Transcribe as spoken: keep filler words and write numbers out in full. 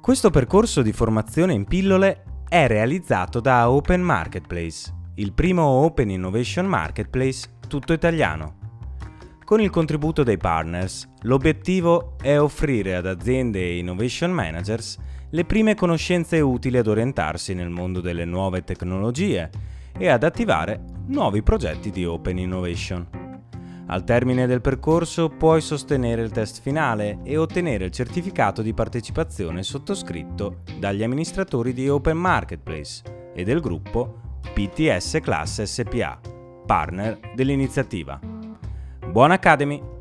Questo percorso di formazione in pillole è realizzato da Open Marketplace, il primo Open Innovation Marketplace tutto italiano. Con il contributo dei partners, l'obiettivo è offrire ad aziende e innovation managers le prime conoscenze utili ad orientarsi nel mondo delle nuove tecnologie e ad attivare nuovi progetti di Open Innovation. Al termine del percorso puoi sostenere il test finale e ottenere il certificato di partecipazione sottoscritto dagli amministratori di Open Marketplace e del gruppo P T S Class S P A, partner dell'iniziativa. Buon Academy!